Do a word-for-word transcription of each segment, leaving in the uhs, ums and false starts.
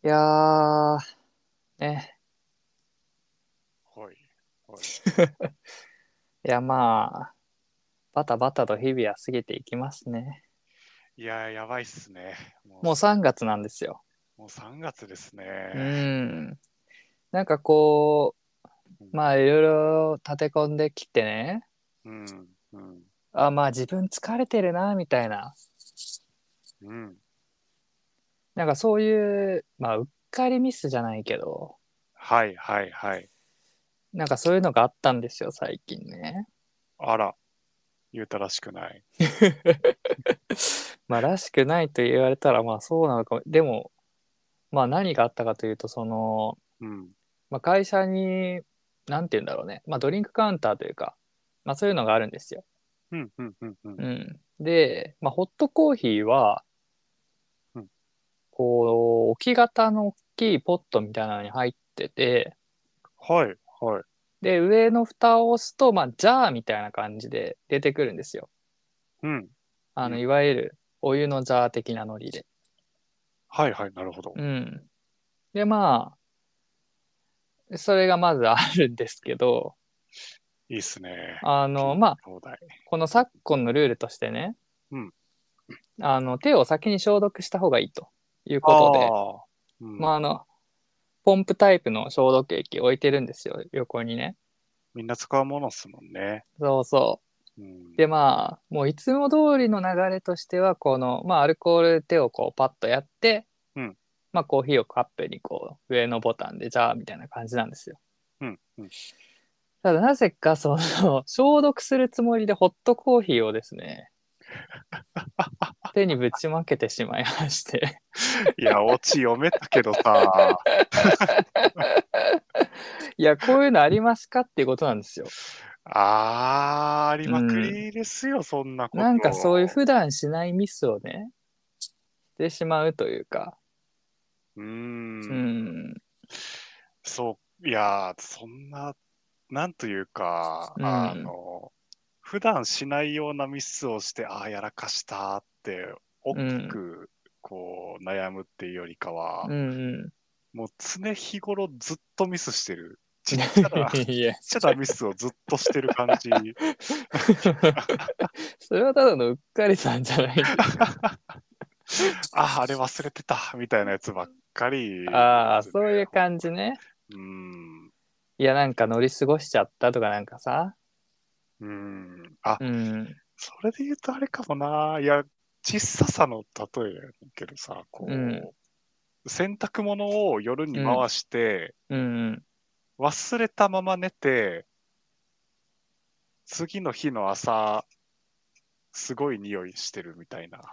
いやー、ね。 はい。はい。 いや、まあ、バタバタと日々は過ぎていきますね。 いやー、やばいっすね。もうもうす、 さんがつなんですよ。 もうさんがつですうーね。 ん。なんかこうん、 う、まあ、いろいろ立て込んできてね。 うん、うん、 あ、まあ、自分疲れてるな、みたいな。 うん。 なんかそういう、まあ、うっかりミスじゃないけど、 はい、はい、はい。 なんかそういうのがあったんですよ、最近ね。 あら、言うたらしくない。 まあ、らしくないと言われたら、まあ、そうなのかも。でも、まあ、何があったかというと、その、 うん、 まあ、会社に、なんて言うんだろうね。まあ、ドリンクカウンターというか、まあ、そういうのがあるんですよ。 うん、うん、うん、うん。 うん。で、まあ、ホットコーヒーは、 うん、 こう、置き型の大きいポットみたいなのに入ってて、 はい、はい。 で、上の蓋を押すと、まあ、ジャーみたいな感じで出てくるんですよ。 うん、 あの、 うん。 いわゆるお湯のジャー的なノリで。 はい、はい、なるほど。 うん。で、まあ、それがまずあるんですけど、 いいっすね。 あの、 聞いまあ、 放題。 この昨今のルールとしてね、 うん。 あの、手を先に消毒した方がいいということで、 ああ、うん。 まあ、あの、ポンプタイプの消毒液置いてるんですよ、横にね。 みんな使うものっすもんね。 そうそう。 うん。 で、まあ、もういつも通りの流れとしては、この、まあ、アルコールで手をこうパッとやって、 うん、 まあ、コーヒーをカップにこう、上のボタンで、じゃあ、みたいな感じなんですよ。 うん、うん。 ただ、なぜか、その、消毒するつもりでホットコーヒーをですね、手にぶちまけてしまいまして。 いや、オチ読めたけどさ。 いや、こういうのありますかっていうことなんですよ。 あー、ありうまくん。 りですよ、そんなこなんかそういうと。 普段しないミスをね、してしまうというか、 うーうん、 ん、 そう、いやー、そんな、なんというか、 うあん、 の、普段しないようなミスをして、ああ、やらかしたって、大きうん、 く、こう、悩むっていうよりかは、 うん、 もう常日頃ずっとミスしてる。ちうん。 っちゃな、 いや、 ちっちゃなミスをずっとしてる感じ。 それはただのうっかりさんじゃないんですか。 あ、あれ忘れてた、みたいなやつばっかりああ、 ですね。 そういう感じね。 うーん。 いや、なんか乗り過ごしちゃったとかなんかさ。 うーん。あ、 うん、 それで言うとあれかもな。いや、小ささの例えやけどさ、 うん、 こう、洗濯物を夜にうん、 回して、 うん、 忘れたまま寝て、次の日の朝、すごい匂いしてるみたいな。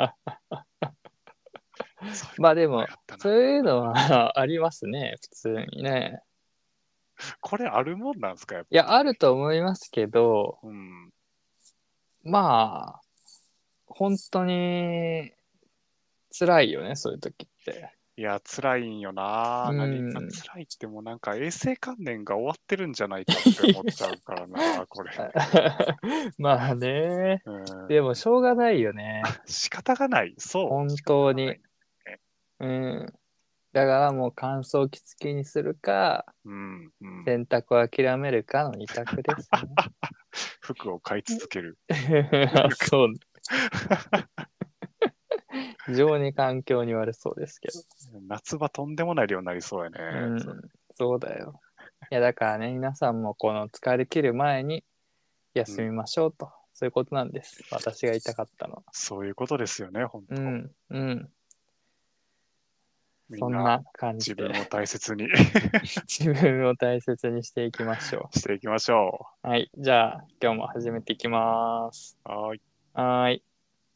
そういうのまあでも、 やったな。 そういうのはありますね、普通にね。 これあるもんなんですか、やっいや、あると思いますけど、 ぱ。うん。 まあ、本当に辛いよね、そういう時って。 いや、辛いんよな。 う何がん。 辛いってもうなんか衛生観念が終わってるんじゃないかって思っちゃうからな、これ。 まあね。 うん。 でも、しょうがないよね。 仕方がない。そう、 本仕方当に。 がないね。 うん。だからもう乾燥機付きにするか、 うん、うん。 洗濯を諦めるかの二択ですね。 服を買い続ける。 そう。非常に環境に悪そうですけど。 夏場とんでもない量になりそうやうね。そう、 ん。そうだよ。いや、だからね、皆さんもこの疲れ切る前に休みうん、 ましょうと。そういうことなんです。私が言いたかったのは。 そういうことですよね、本当。 うん、うん。 みんなそんな感じで自分を大切に自分を大切にしていきましょしていきましょう。はい。じゃあ、今日も始めていきます。 う。はーい。 はーい。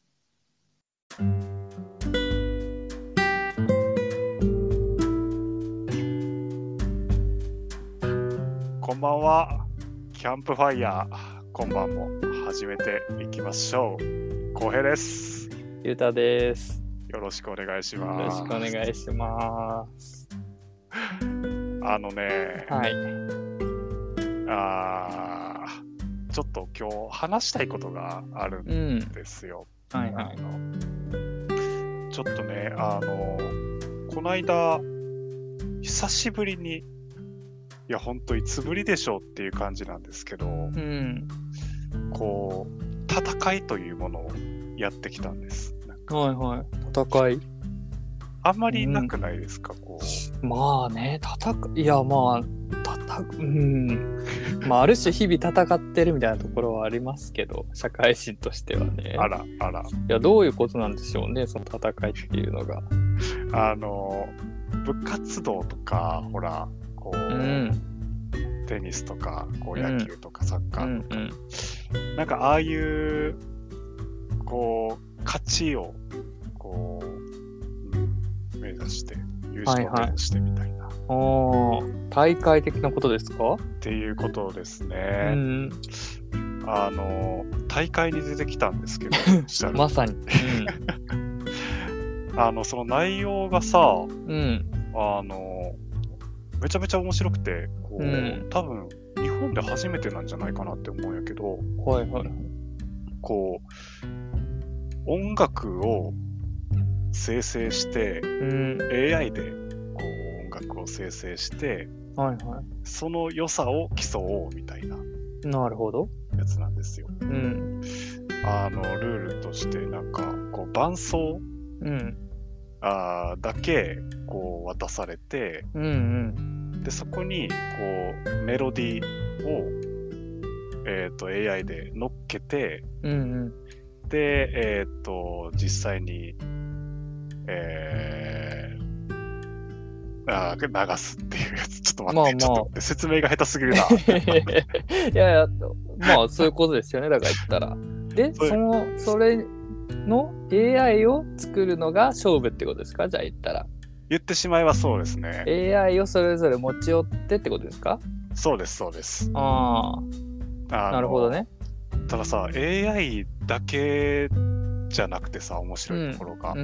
こんばんは。キャンプファイヤー、今晩も始めていきましょう。浩平です。 ゆうたです。 よろしくお願いしよろしくおます。 願いします。 あのね、 はい。 あーちょっと今日話したいことがあるうん。 んですよ。 はいはい。 あのちょっとね、あの、この間、 久しぶりに、いやほんといつぶりでしょうっていう感じなんですけど、 うん。 こう戦いというものをやってきたんです。なんかはいはい。戦い。 あんまりなくないですか、こう。 まあね、戦い、いやまあ、戦う、うん。まあある種日々戦ってるみたいなところはありますけど、社会人としてはね。 あらあら。 いや、どういうことなんでしょうね、その戦いっていうのが。 あの、部活動とか、ほら、こう、 うん。 テニスとか、こううん野球とかサッカーとか、 うんなんかああいう、こう、勝ちを、こう、うん目指して、優勝を目指してみたいな、 ああ、大会的なことですか？ っていうことですうね。 ん。 あの、大会に出てきたんですけど、おっしゃるまさに。 あの、その内容がさ、 うん。うん。 あの、めちゃめちゃ面白くて、こう、 うん多分、日本で初めてなんじゃないかなって思うんやけど、 はいはい。 こう、音楽を生成して、 うん。 エーアイ でこう音楽を生成して、 はいはその良さを競おうみたいない。 なるほど。 やつなんですよ。 うん。 あの、ルールとして、なんか、こう、伴奏うん。 あーだけ、こう、渡されて、 うんうん。 で、そこに、こう、メロディーを、えっと、エーアイ で乗っけて、 うんうん。 で、えっと、実際に、えー、あー流すっていうやつ。ちょっと待って、 まあまあちょっと待って説明が下手すぎるな。 いやいや、まあそういうことですよね、だから言ったら。で、 それその、それの エーアイ を作るのが勝負ってことですか？じゃあ言ったら。 言ってしまえばそうですね。 エーアイ をそれぞれ持ち寄ってってことですか？ そうです、そうです。 ああ、 あのなるほどね。 たださ、エーアイ だけじゃなくてさ、面白いところが、 うん。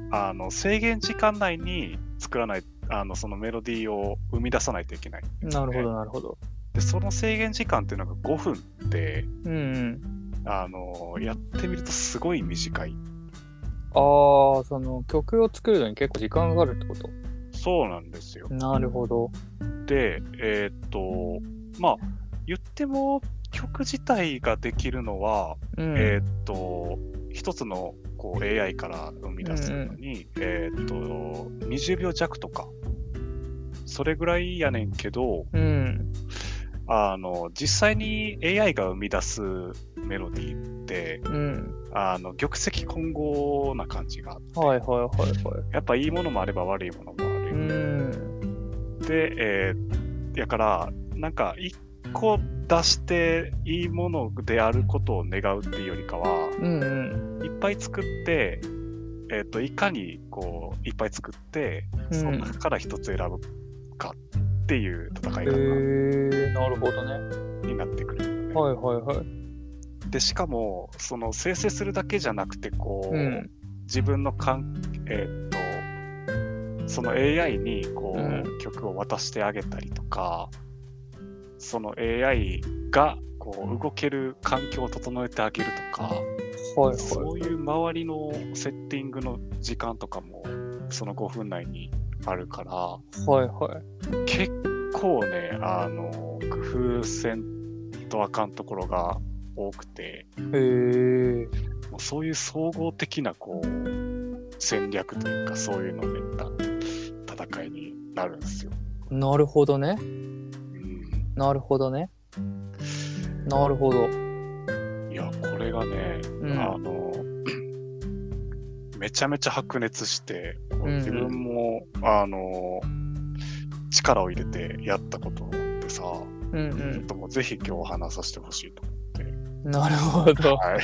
あの制限時間内に作らない、あのそのメロディーを生み出さないといけないんですよね、 なるほど、なるほど。 で、その制限時間っていうのがごふんで、 うんうん。 あのやってみるとすごい短い。 ああ、その曲を作るのに結構時間がかかるってこと？ そうなんですよ。 なるほど。 で、えーっと、まあ、言っても曲自体ができるのは、 うん。 えーっと、一つのこう エーアイ から生み出すのに、えーっと、にじゅうびょう弱とか、それぐらいやねんけど、 うん。 あの、実際に エーアイ が生み出すメロディーって、 うん。 あの、玉石混合な感じがあって、 はいはいはいはい。 やっぱいいものもあれば悪いものもある。 うん。 で、えー、やから、なんか一個出していいものであることを願うっていうよりかは、 うんうん。 いっぱい作って、えっと、いかにこう、いっぱい作って、 うんその中から一つ選ぶかっていう戦いへえ方ー、なるほどね。 になってくるよね。 はいはいはい。 で、しかも、その生成するだけじゃなくて、こう、 うん。 自分のかん、えっと、その エーアイ にこう、 うん曲を渡してあげたりとか、その エーアイ がこう動ける環境を整えてあげるとか、 はいはい。 そういう周りのセッティングの時間とかもそのごふん内にあるから、 はいはい。 結構ね、あの工夫せんとあかんところが多くて、 へえ。 もうそういう総合的なこう戦略というか、そういうのを練った戦いになるんですよ。 なるほどね。 うん、 なるほどね。なるほど。 いや、これがね、 うんあのめちゃめちゃ白熱して、これ自分も、うんうん、あの力を入れてやったことでさ、 うんうん、 ちょっともうぜひ今日お話させてほしいと思って。 なるほど。 はい。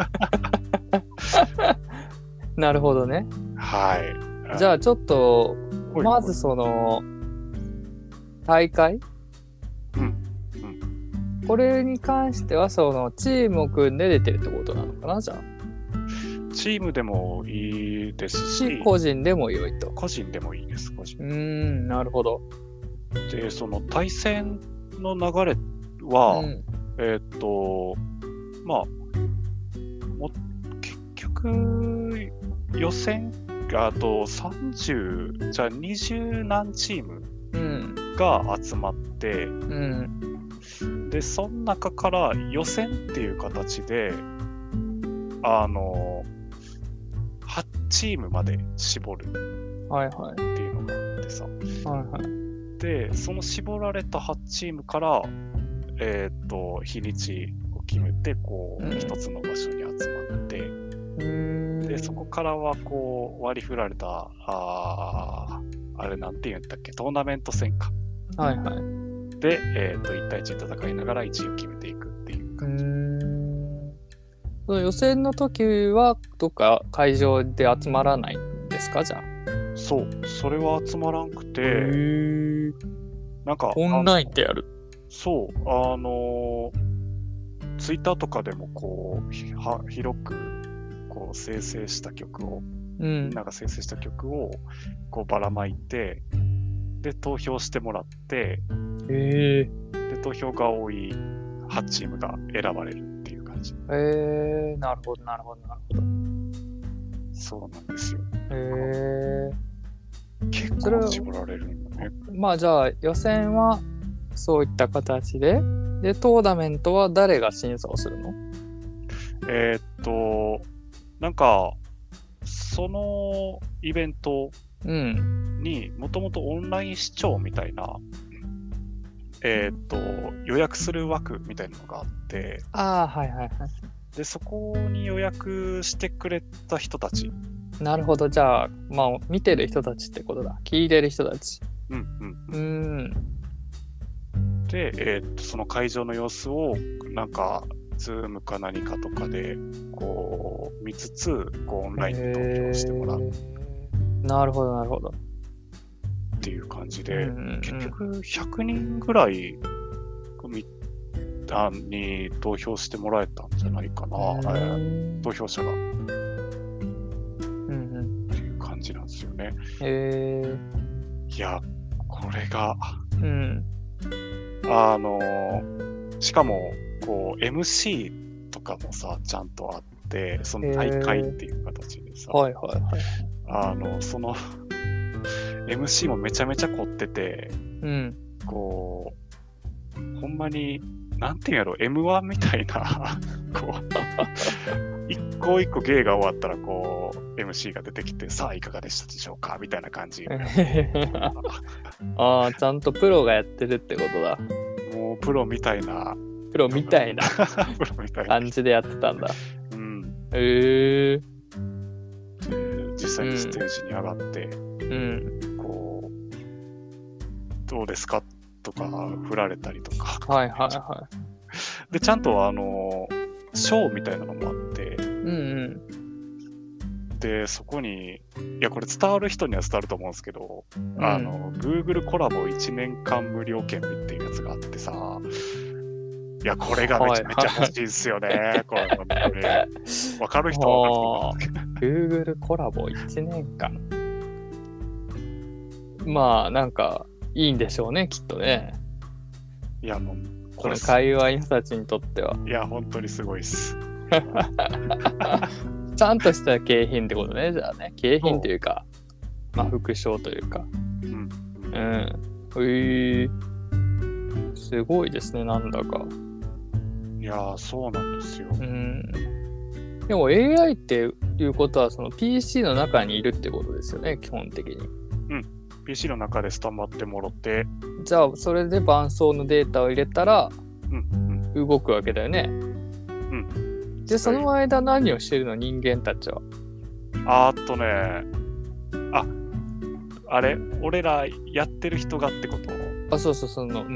なるほどね。 はい。 じゃあちょっとまずその大会、 うんうん、 これに関してはそのチームを組んで出てるってことなのかな、じゃあ。 チームでもいいですし、 個人でも良いと。 個人でもいいです。個人。 うーん、なるほど。 で、その対戦の流れは、うん、えー、っと、まあ、も結局予選があとさんじゅう、じゃあにじゅう何チームが集まって、 うん、 でその中から予選っていう形であのはちチームまで絞るはいはい。 っていうのがあってさ、 はいはい。 でその絞られたはちチームからえっ、と日にちを決めてこう、 うん一つの場所に集まって、 うーん。 でそこからはこう割り振られたあーあれなんて言うんだっけ、トーナメント戦かはいはい。 で、えー、といち対いちで戦いながらいちいを決めていくっていううー感じ。 ん。その予選の時はどっか会場で集まらないんですか、じゃあ。 そうそれは集まらんくて、 へなんかオンラインでやる。 そうあのツイッターとかでもこうひは広くこう生成した曲を、 うみんん。 なが生成した曲をこうばらまいて、で投票してもらって、 へえ。 で投票が多いはちチームが選ばれるっていう感じ。 へえ。なるほどなるほどなるほど。 そうなんですよ。 へえ。 結それは構絞られるんだね。 まあじゃあ予選はそういった形で、でトーナメントは誰が審査をするの？ えーっとなんかそのイベントうん。 にもともとオンライン視聴みたいな、えーっと予約する枠みたいなのがあって、 ああ、はいはいはい。 でそこに予約してくれた人たち、 なるほど。じゃあ、まあ、見てる人たちってことだ。聞いてる人たち。 うんうんうーん。 で、えーっとその会場の様子をなんかズームか何かとかでこう見つつ、こうオンラインで投票してもらうへーなるほど、なるほど。 っていう感じうんで、 うんうん結局ひゃくにんぐらいみあに投票してもらえたんじゃないかな、えー投票者がっうんうん。 ていう感じなんですよね。 へえ。 いや、これが、 うん。 あのーしかも、こう、エムシー とかもさ、ちゃんとあって、その大会っていう形でさ、 はいはいはい。 あの、その、エムシー もめちゃめちゃ凝ってて、 うん。 こう、ほんまに、なんていうんやろ、エムワン みたいな、こう、一個一個芸が終わったら、こう、エムシー が出てきて、さあ、いかがでしたでしょうかみたいな感じ。 ああ、ちゃんとプロがやってるってことだ。 もう、プロみたいな、 プロみたいなプロみたいな。 感じでやってたんだ。 うん。 へえ。 で実際にステージに上がって、 うん。 こう、どうですかとか振られたりとか。 はいはいはで、ちゃんとあの、ショーみたいなのもあって、 い。うんうん。 で、そこに、いや、これ伝わる人には伝わると思うんですけど、 うんあの、Google コラボいちねんかん無料券っていうやつがあってさ、いや、これがめちゃめちゃ欲しいですよね。これ本当に。わかる人はわかると思うんですけど。 Google コラボいちねんかん。まあ、なんか、いいんでしょうね、きっとね。 いや、もう、 この界隈の人たちにとっては。 いや、本当にすごいっす。 ちゃんとした景品ってことね、じゃあね。景品というか、まあ、副賞というか。 うん。 うん。へえー、すごいですね、なんだか。 いやー、そうなんですよ。 うん。でも エーアイ っていうことは、その ピーシー の中にいるってことですよね、基本的に。 ピーシー の中でスタンバってもろって、 じゃあ、それで伴奏のデータを入れたら、 うんうん、 動くわけだよね。 うん。 で、その間何をしてるの、人間たちは。 あーっとね、あ、あれ俺らやってる人がってこと？ あ、そうそう、その、うん。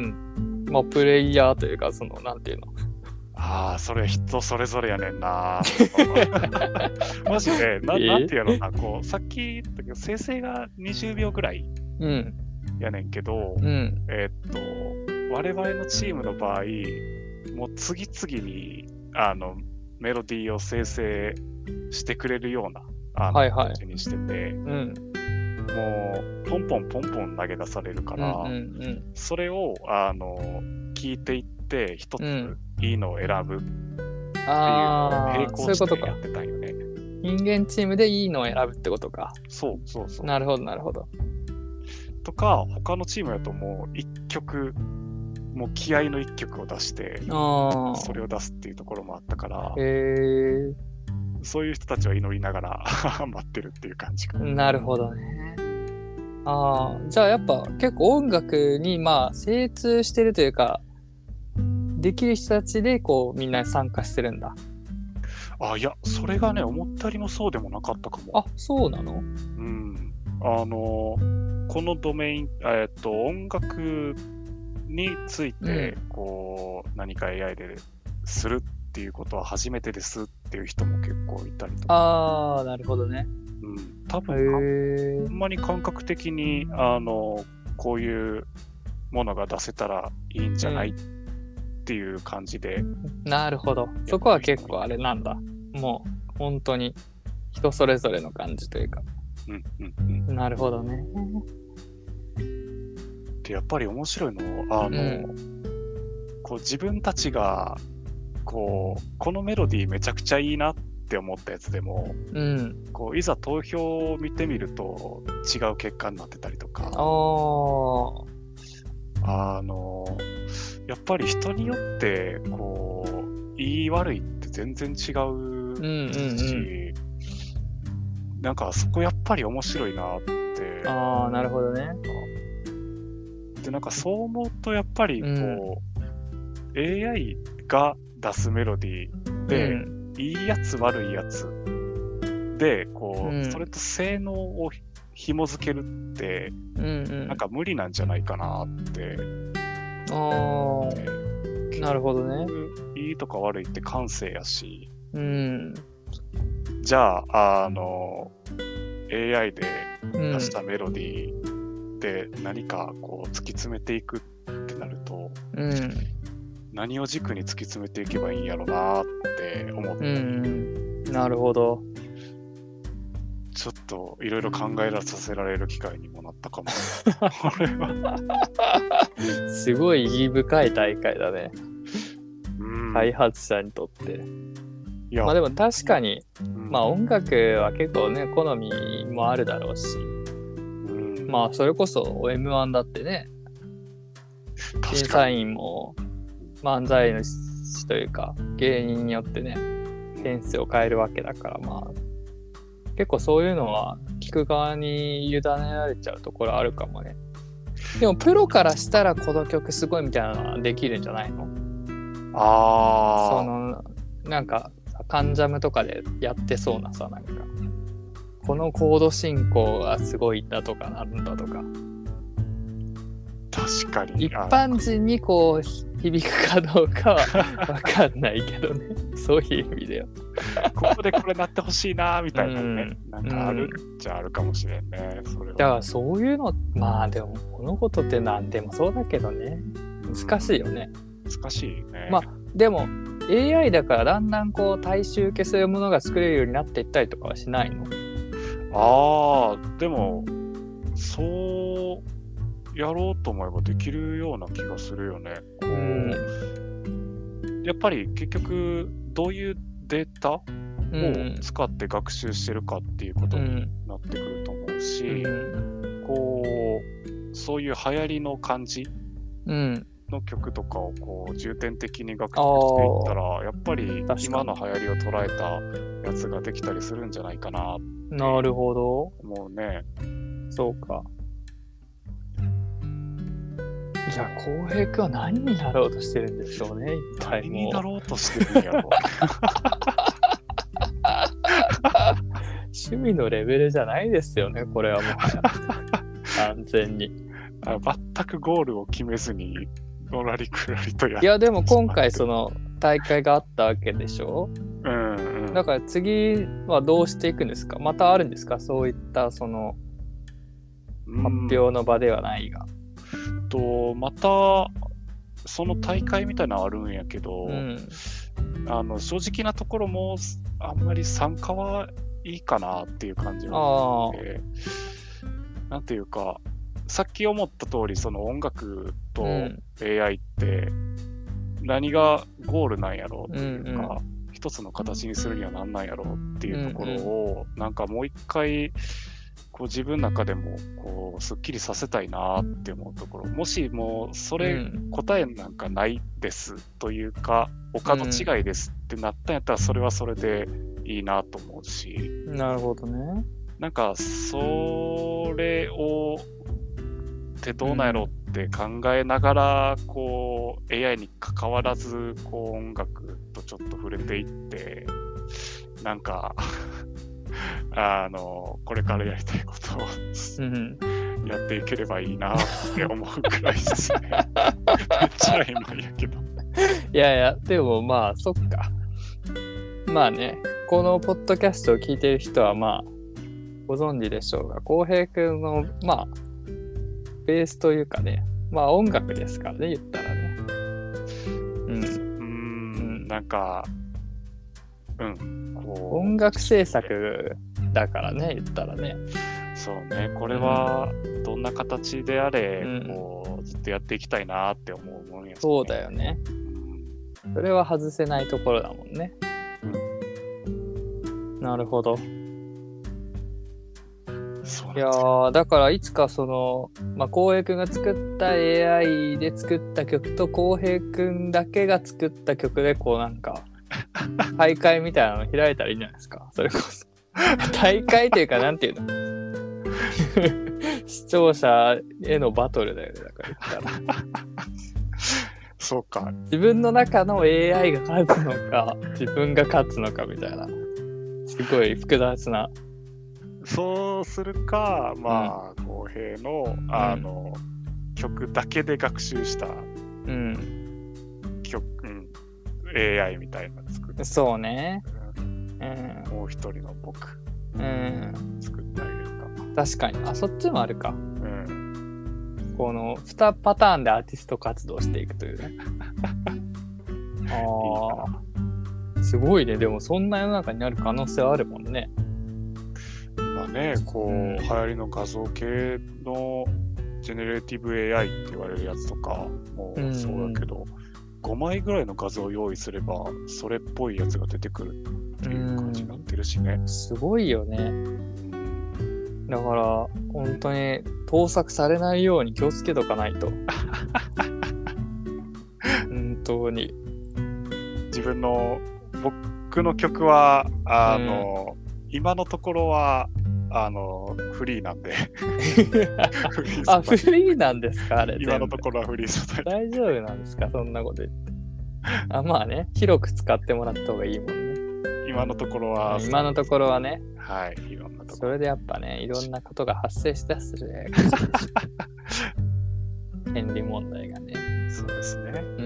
まあ、プレイヤーというか、その、なんていうの。 ああ、それ人それぞれやねんな。マジで、なえーなんてやろうな、こう、さっき言ったけど、生成がにじゅうびょうぐらいうん。 やねんけど、 うん。 えーっと、我々のチームの場合、もう次々に、あの、メロディーを生成してくれるような、あの、 はいはい形にしてて、 うん。 もう、ポンポンポンポン投げ出されるから、 うんうんそれを、あの、聞いていって、一つうんいいのを選ぶっていうのをああ、 並行しそういうことかてやってたんよね。 人間チームでいいのを選ぶってことか。 そうそうそう。 なるほど、なるほど。 とか、他のチームだともう一曲、もう気合の一曲を出して、 あそれを出すっていうところもあったから、 へえ。 そういう人たちは祈りながら待ってるっていう感じかな。 なるほどね。ああ、じゃあやっぱ結構音楽にまあ精通してるというか、できる人たちでこうみんな参加してるんだ。 あ、いや、それがね、思ったよりもそうでもなかったかも。 あ、そうなの？ うん。あの、このドメイン、えっと、音楽について、 うんこう、何か エーアイ でするっていうことは初めてですっていう人も結構いたりとか。 ああ、なるほどね。 うん。多へ分、 え。 ほんまに感覚的に、あの、こういうものが出せたらいいんじゃない、 うんっていう感じで。 なるほど。そこは結構あれなんだ。もう本当に人それぞれの感じというか。 うんうんうん。 なるほどね。 で、やっぱり面白いのは、あの、 うんこう自分たちが、こう、このメロディーめちゃくちゃいいなって思ったやつでも、 うん。 こういざ投票を見てみると違う結果になってたりとか、 ああ。 あの、やっぱり人によって、こう、いい悪いって全然違うし、 うんうんうん。 なんかそこやっぱり面白いなって。 ああ、なるほどね。 で、なんかそう思うとやっぱりこう、 うんエーアイ が出すメロディーで、 うんいいやつ悪いやつで、こう、 うんそれと性能を紐づけるって、 うんうんなんか無理なんじゃないかなって。 ああ、なるほどね。 いいとか悪いって感性やし、 うん。 じゃあ、あの、エーアイ でうん出したメロディーで何かこう突き詰めていくってなると、 うん。 何を軸に突き詰めていけばいいんやろなって思って、 うん。なるほど。 ちょっといろいろ考えさせられる機会にもなったかも。これは。 すごい意義深い大会だね。 うん。 開発者にとって。 いや、 まあでも確かに、 うんまあ音楽は結構ね、好みもあるだろうし、 うん、 まあそれこそ エムワン だってね、審査確かに。 員も漫才の師というか芸人によってね、点数を変えるわけだから、まあ結構そういうのは聞く側に委ねられちゃうところあるかもね。でもプロからしたらこの曲すごいみたいなのはできるんじゃないの？ ああ。 そのなんかカンジャムとかでやってそうなさ、なんかこのコード進行がすごいんだとかなんだとか、 確かに。 一般人にこう響くかどうかは分かんないけどね。そういう意味ではここでこれなってほしいなみたいなね、 うんなんかあるっちゃあるかもしれんね、それは。 だからそういうの、まあでも物事って何でもそうだけどね、難しいよね。 難しいね。 まあでも エーアイ だからだんだんこう大衆受けするものが作れるようになっていったりとかはしないの？ ああ、でも、そうやろうと思えばできるような気がするよね。こううんやっぱり結局、どういうデータをうん使って学習してるかっていうことになってくると思うし、 うんこう、そういう流行りの感じうんの曲とかをこう重点的に学習していったら、やっぱり確かに今の流行りを捉えたやつができたりするんじゃないかななるほど、 思うね。 そうか。じゃあ浩平君は何になろうとしてるんでしょうね、一体何もう。 になろうとしてるんやろ趣味のレベルじゃないですよね、これはもはや。完全に。 あ全くゴールを決めずにのらりくらりとやっいやでも今回その大会があったわけでしょ。 うんうん、 だから次はどうしていくんですか？またあるんですか？そういったその発表の場ではないが。 うんとまたその大会みたいなのあるんやけど、 うん、 あの正直なところもあんまり参加はいいかなっていう感じがあってなんていうかさっき思った通りその音楽と エーアイ って何がゴールなんやろうっていうか、うんうん、一つの形にするにはなんなんやろうっていうところを、うんうん、なんかもう一回こう自分の中でもこうすっきりさせたいなって思うところ、もしもうそれ、 うん、 答えなんかないですというかお門違いですってなったんやったらそれはそれでいいなと思うし、 なるほどね。 なんかそれをってどうなんやろって考えながら、こう エーアイ に関わらずこう音楽とちょっと触れていって、なんかあのこれからやりたいことを、 うん、 やっていければいいなって思うくらいですね。めっちゃ今やけど。 いやいや、でもまあそっか。まあね、このポッドキャストを聞いてる人はまあご存知でしょうが、浩平くんのまあベースというかね、まあ音楽ですからね、言ったらね。うん。 うーん、なんか、うん、こう。 音楽制作だからね、言ったらね。 そうね、これはどんな形であれ、 うん、 こうずっとやっていきたいなって思うもんや、ね、 そうだよね。うん、それは外せないところだもんね。うん、なるほど。いやー、だからいつかその、まあ、浩平くんが作った エーアイ で作った曲と浩平くんだけが作った曲でこうなんか大会みたいなの開いたらいいんじゃないですか。それこそ大会というかなんていうの視聴者へのバトルだよね。だから言ったらそうか、 自分の中の エーアイ が勝つのか自分が勝つのかみたいな、すごい複雑な。 そうするか、まあ浩平のあの、うん、曲だけで学習した、うん、曲、うん、エーアイ みたいなの作って、 そうね、 うんうん、もう一人の僕、うん、作ってあげるか。 確かに、あ、そっちもあるか。 うん、 このにパターンでアーティスト活動していくというね。ああ、すごいね。でもそんな世の中になる可能性はあるもんね。 今ね、こう、うん、流行りの画像系のジェネレーティブ エーアイ って言われるやつとかもそうだけど、うん、ごまいぐらいの画像を用意すればそれっぽいやつが出てくるっていう感じになってるしね。 すごいよね。だから本当に盗作されないように気をつけとかないと。本当に。 自分の僕の曲はあの、うん、今のところはあのフリーなんであ、フリーなんですかあれ。 今のところはフリー素材。 大丈夫なんですかそんなこと言って。あ、まあね、広く使ってもらった方がいいもんね。 今のところは。 今のところはね。 はい、いろんなところ。 それでやっぱね、いろんなことが発生しだすね。権利問題がね。 そうですね。 うん。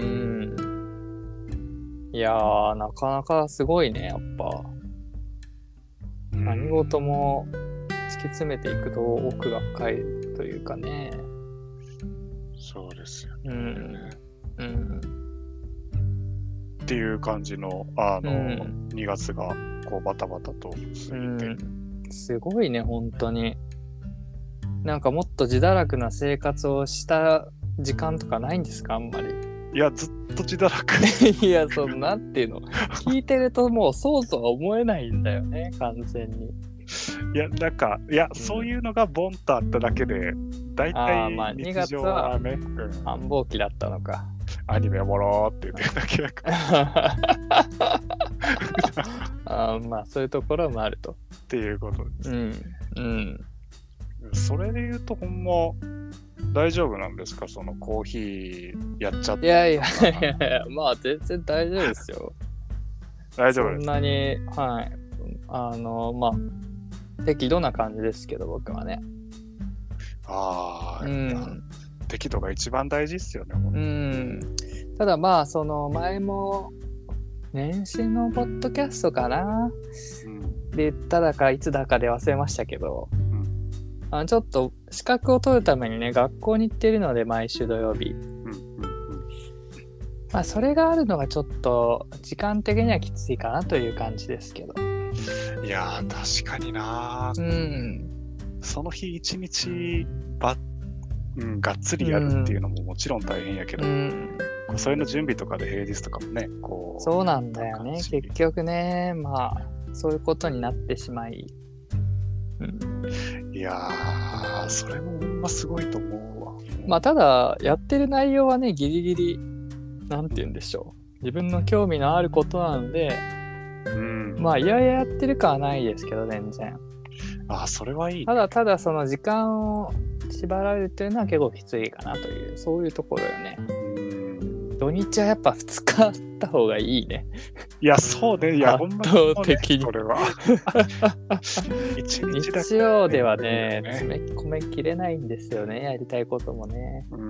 いやー、なかなかすごいね、やっぱ。何事も突き詰めていくと奥が深いというかね。 そうですよね。 うん。うん、 っていう感じの、あの、うん、にがつがこうバタバタと過ぎて、うん。 すごいね、本当に。なんかもっと自堕落な生活をした時間とかないんですか、あんまり。 いや、ずっと自堕落。 いや、そのなんていうの、聞いてるともうそうとは思えないんだよね、完全に。 いや、なんか、いや、うん、そういうのがボンとあっただけで、大体日常はね、 にがつは繁忙期だったのか。 アニメおもろーって言ってるだけだから。 あ、まあ、そういうところもあると。 っていうことです。 うん。うん。 それで言うと、ほんま、大丈夫なんですかそのコーヒーやっちゃって。 いやいやいやいや、まあ全然大丈夫ですよ。 大丈夫です。 そんなに、はい。あの、まあ、適度な感じですけど、僕はね。 ああ、 うん、 適度が一番大事ですよね。 うん。ただまあ、その前も、年始のポッドキャストかな、うん、で言っただかいつだかで忘れましたけど、あ、ちょっと資格を取るためにね、学校に行っているので、毎週土曜日。うんうんうん、まあ、それがあるのがちょっと時間的にはきついかなという感じですけど。 いやー、確かになー。うん。その日一日ば、うん、がっつりやるっていうのももちろん大変やけど、うん、それの準備とかで平日とかもね、こう。 そうなんだよね。結局ね、まあ、そういうことになってしまい。 うん、いやー、それもほんますごいと思うわ。 まあただやってる内容はねギリギリなんて言うんでしょう、自分の興味のあることなので、 うん、 まあいやいややってるかはないですけど全然。 あ、それはいい、ね。 ただただその時間を縛られるというのは結構きついかなという、そういうところよね。 うん、 土日はやっぱふつかあった方がいいね。 いや、そうね。いや、ほんまにそうね、 圧倒的にそれは。一日だけ、 日曜ではね、詰め込めきれないんですよね、やりたいこともね。 うん。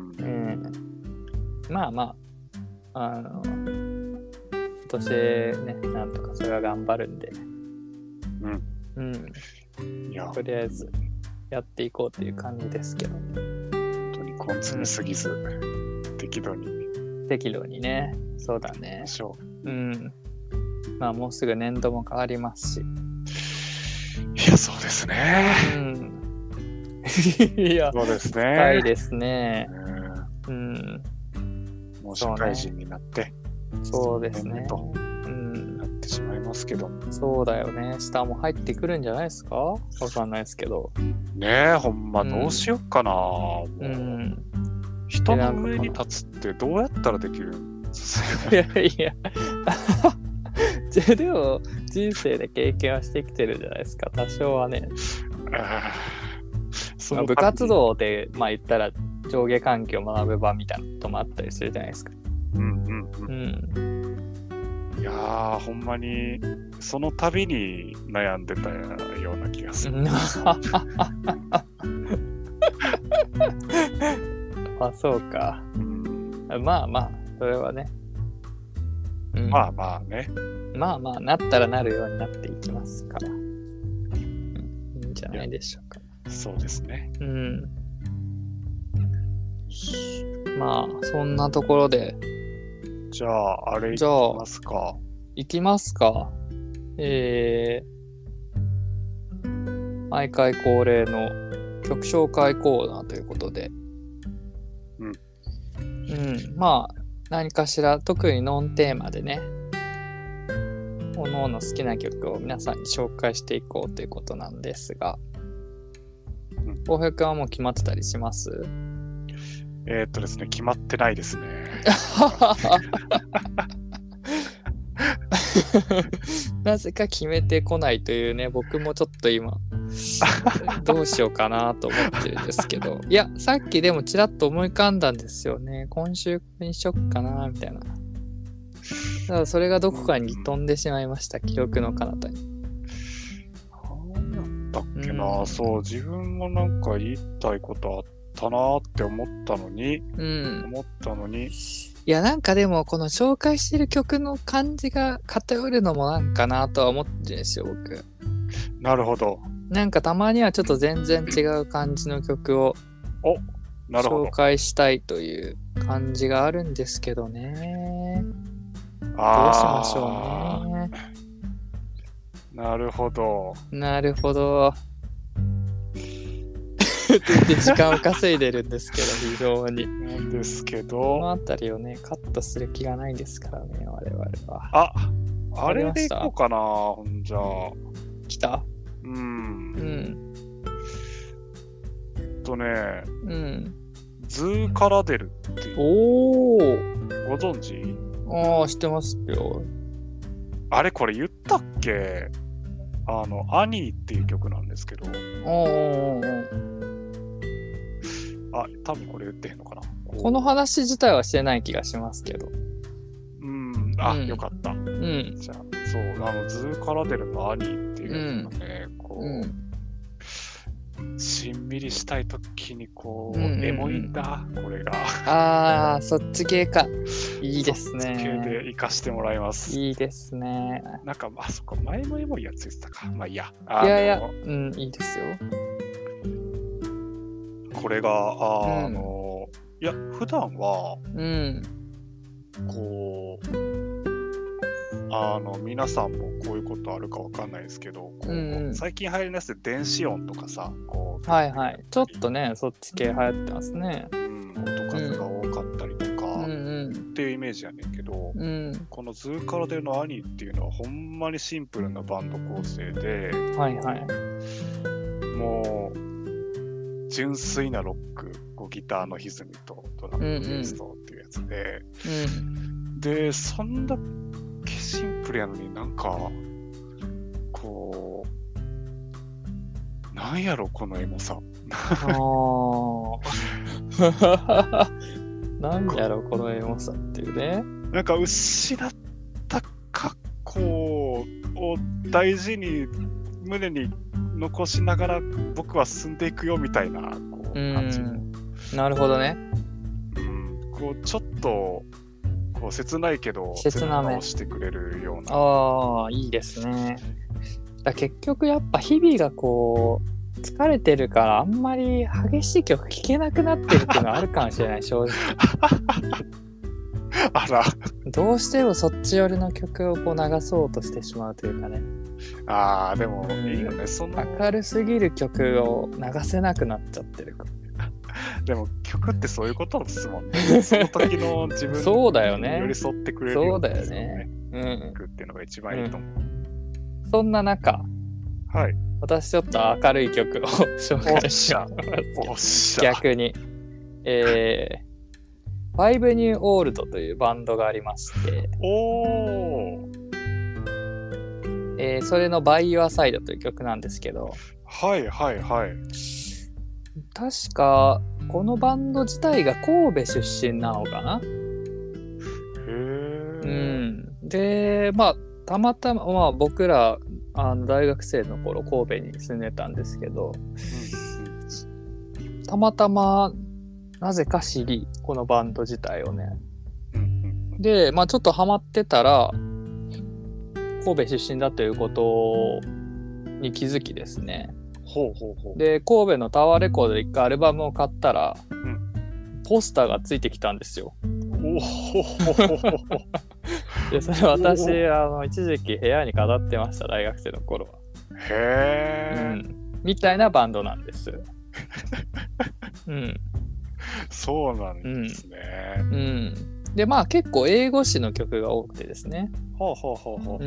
うん。まあまあ、あの、今年ね、なんとかそれは頑張るんで。 うん。 うん。 いや、 とりあえずやっていこうという感じですけど。 本当に根詰めすぎず、うん、適度に。 適度にね。そうだね。 でしょう。うん。まあもうすぐ年度も変わりますし。 いや、そうですね。 うん。いや、 そうですね。 深いですね。 うん。 うん、 もう社会人になって。 そうですね。 と、うん、なってしまいますけど。 そうだよね。下も入ってくるんじゃないですか？わかんないですけど。 ねえ、ほんまどうしよっかな。 うん。 人の上に立つってどうやったらできるんですか？ いやいや。でも人生で経験はしてきてるじゃないですか、多少はね。その部活動でまあ言ったら上下関係を学ぶ場みたいなこともあったりするじゃないですか。 うんうんうん。うん、いやー、ほんまにその度に悩んでたような気がする。 あ、そうか。うん、まあまあそれはね。 うん、まあまあね。 まあまあなったらなるようになっていきますから、うん、いいんじゃないでしょうか。 そうですね。 うん。まあそんなところで、 じゃああれいきますか。 いきますか。えー、毎回恒例の曲紹介コーナーということで、 うん、 うん、まあ何かしら特にノンテーマでね、おのおの好きな曲を皆さんに紹介していこうということなんですが、浩平君はもう決まってたりします？ えー、っとですね、決まってないですね。 なぜか決めてこないというね、僕もちょっと今どうしようかなと思ってるんですけど、いやさっきでもちらっと思い浮かんだんですよね。今週にしよっかなみたいな。だからそれがどこかに飛んでしまいました、記憶の彼方に。 何だったっけな、うん、そう、自分もなんか言いたいことあったなって思ったのに、うん、思ったのに。 いやなんかでもこの紹介してる曲の感じが偏るのもなんかなとは思ってるんですよ、僕。 なるほど。 なんかたまにはちょっと全然違う感じの曲を紹介したいという感じがあるんですけどね。どうしましょうね。 なるほど。 なるほど。って時間を稼いでるんですけど、非常に。 なんですけど。 このあたりをね、カットする気がないんですからね、我々は。 あ、あれでいこうかな、ほんじゃあ。 来た？ うん。うん。えっとね、 うん。 ズーカラデルっていう。 おー。 ご存知？ ああ、知ってますよ。 あれ、これ言ったっけ？あの、アニーっていう曲なんですけど。 おー。 あ、多分これ言ってへんのかな。 こ, この話自体はしてない気がしますけど。 うん、あ、うん、よかった。 うん。 じゃあ、そう、あの、ズーカラデルのアニーっていうやつがね、うん、こう、うん、しんみりしたいときに、こう、うんうんうん、エモいんだ、これが。 ああ、そっち系か。いいですね。 そっち系で活かしてもらいます。 いいですね。 なんか、あそこ、前もエモいやつ言ってたか。まあいいや。 いやいや、うん、いいですよ。 これが、あの、うん、いや、普段は、 うん、 こう、あの、皆さんもこういうことあるかわかんないですけど、こう、うん、最近流行りのやつで電子音とかさ、こう、はいはい。ちょっとね、そっち系流行ってますね。 うん、音数が多かったりとか、うん、っていうイメージやねんけど、うん、このズーカラデルのアニーっていうのはほんまにシンプルなバンド構成で、 はいはい。 もう純粋なロック、こうギターの歪みとドラムのベースとっていうやつで、 うん、 でそんだけシンプルやのになんかこうなんやろこのエモさ。 あなんやろこのエモさっていうね。 なんか失った格好を大事に胸に残しながら僕は進んでいくよみたいなこう感じの、 なるほどね。 うん、こうちょっとこう切ないけど切なめをしてくれるような。 ああいいですね。だ結局やっぱ日々がこう疲れてるからあんまり激しい曲聴けなくなってるっていうのはあるかもしれない正直。 あらどうしてもそっち寄りの曲をこう流そうとしてしまうというかね。 ああでもいいよね、うん、その明るすぎる曲を流せなくなっちゃってるかでも曲ってそういうことですもんね。その時の自分そうだよねに寄り添ってくれるような、ね、 そうだよね、うん、 曲っていうのが一番いいと思う、うん、 そんな中、 はい、 私ちょっと明るい曲を紹介します逆にえーファイブニューオールドというバンドがありまして、 おー、 えー、それの By Your Side という曲なんですけど、 はいはいはい。 確かこのバンド自体が神戸出身なのかな。へー。 うん。で、まあたまたま、まあ、僕らあの大学生の頃神戸に住んでたんですけど、うん、たまたまなぜか知りこのバンド自体をね、うん、でまあちょっとハマってたら神戸出身だということに気づきですね。 ほうほうほう。 で神戸のタワーレコードで一回アルバムを買ったら、うん、ポスターがついてきたんですよ。 おでそれ私あの一時期部屋に飾ってました大学生の頃は。 へー、 うん、みたいなバンドなんです。うんそうなんですね、 うんうん、でまあ結構英語詞の曲が多くてですね。 ほうほうほうほう、うん、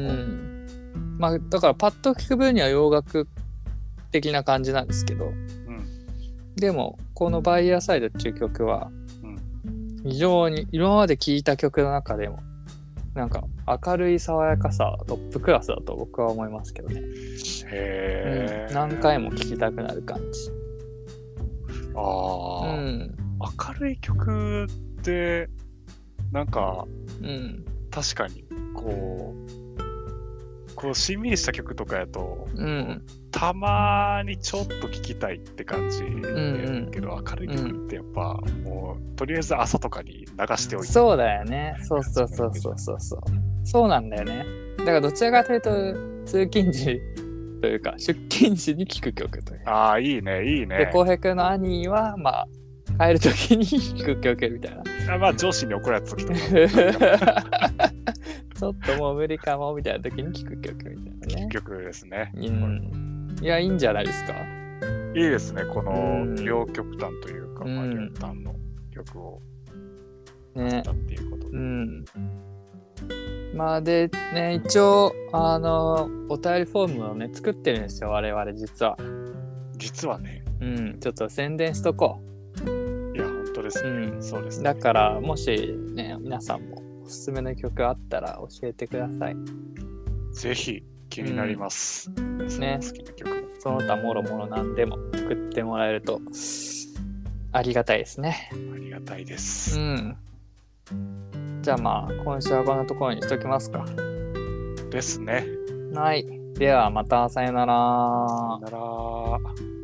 まあだからパッと聞く分には洋楽的な感じなんですけど、うん、でもこの By Your Side っていう曲は、うん、非常に今まで聴いた曲の中でもなんか明るい爽やかさトップクラスだと僕は思いますけどね。 へー、 うん、何回も聴きたくなる感じ。 ああ、うん、明るい曲ってなんか、うん、確かにこうこうしんみりした曲とかやと、うん、たまにちょっと聴きたいって感じやけど、うんうん、明るい曲ってやっぱ、うん、もうとりあえず朝とかに流しておいて、 そうだよね。そうそうそうそうそうそうそうなんだよね。だからどちらかというと通勤時というか出勤時に聴く曲という。 ああいいねいいね。 で浩平君の兄はまあ帰るときに聴く曲みたいな。 あまあ上司に怒られた時とかちょっともう無理かもみたいな時に聴く曲みたいなね。 曲ですね、 うん、いやいいんじゃないですか。 いいですねこの両極端というか、うん、まあ、両端の曲を出したっていうことで、ね、うん、まあでね一応あのお便りフォームをね作ってるんですよ我々実は実はね、 うん、ちょっと宣伝しとこう。いや本当ですね、うん、そうですね。 だからもしね皆さんもおすすめの曲あったら教えてください。 ぜひ気になります、うん、ね、好きな曲その他もろもろ何でも送ってもらえるとありがたいですね。 ありがたいです、うん、 じゃあまあ今週はこんなところにしときますか。 ですね。 はい、ではまたさよなら。 さよなら。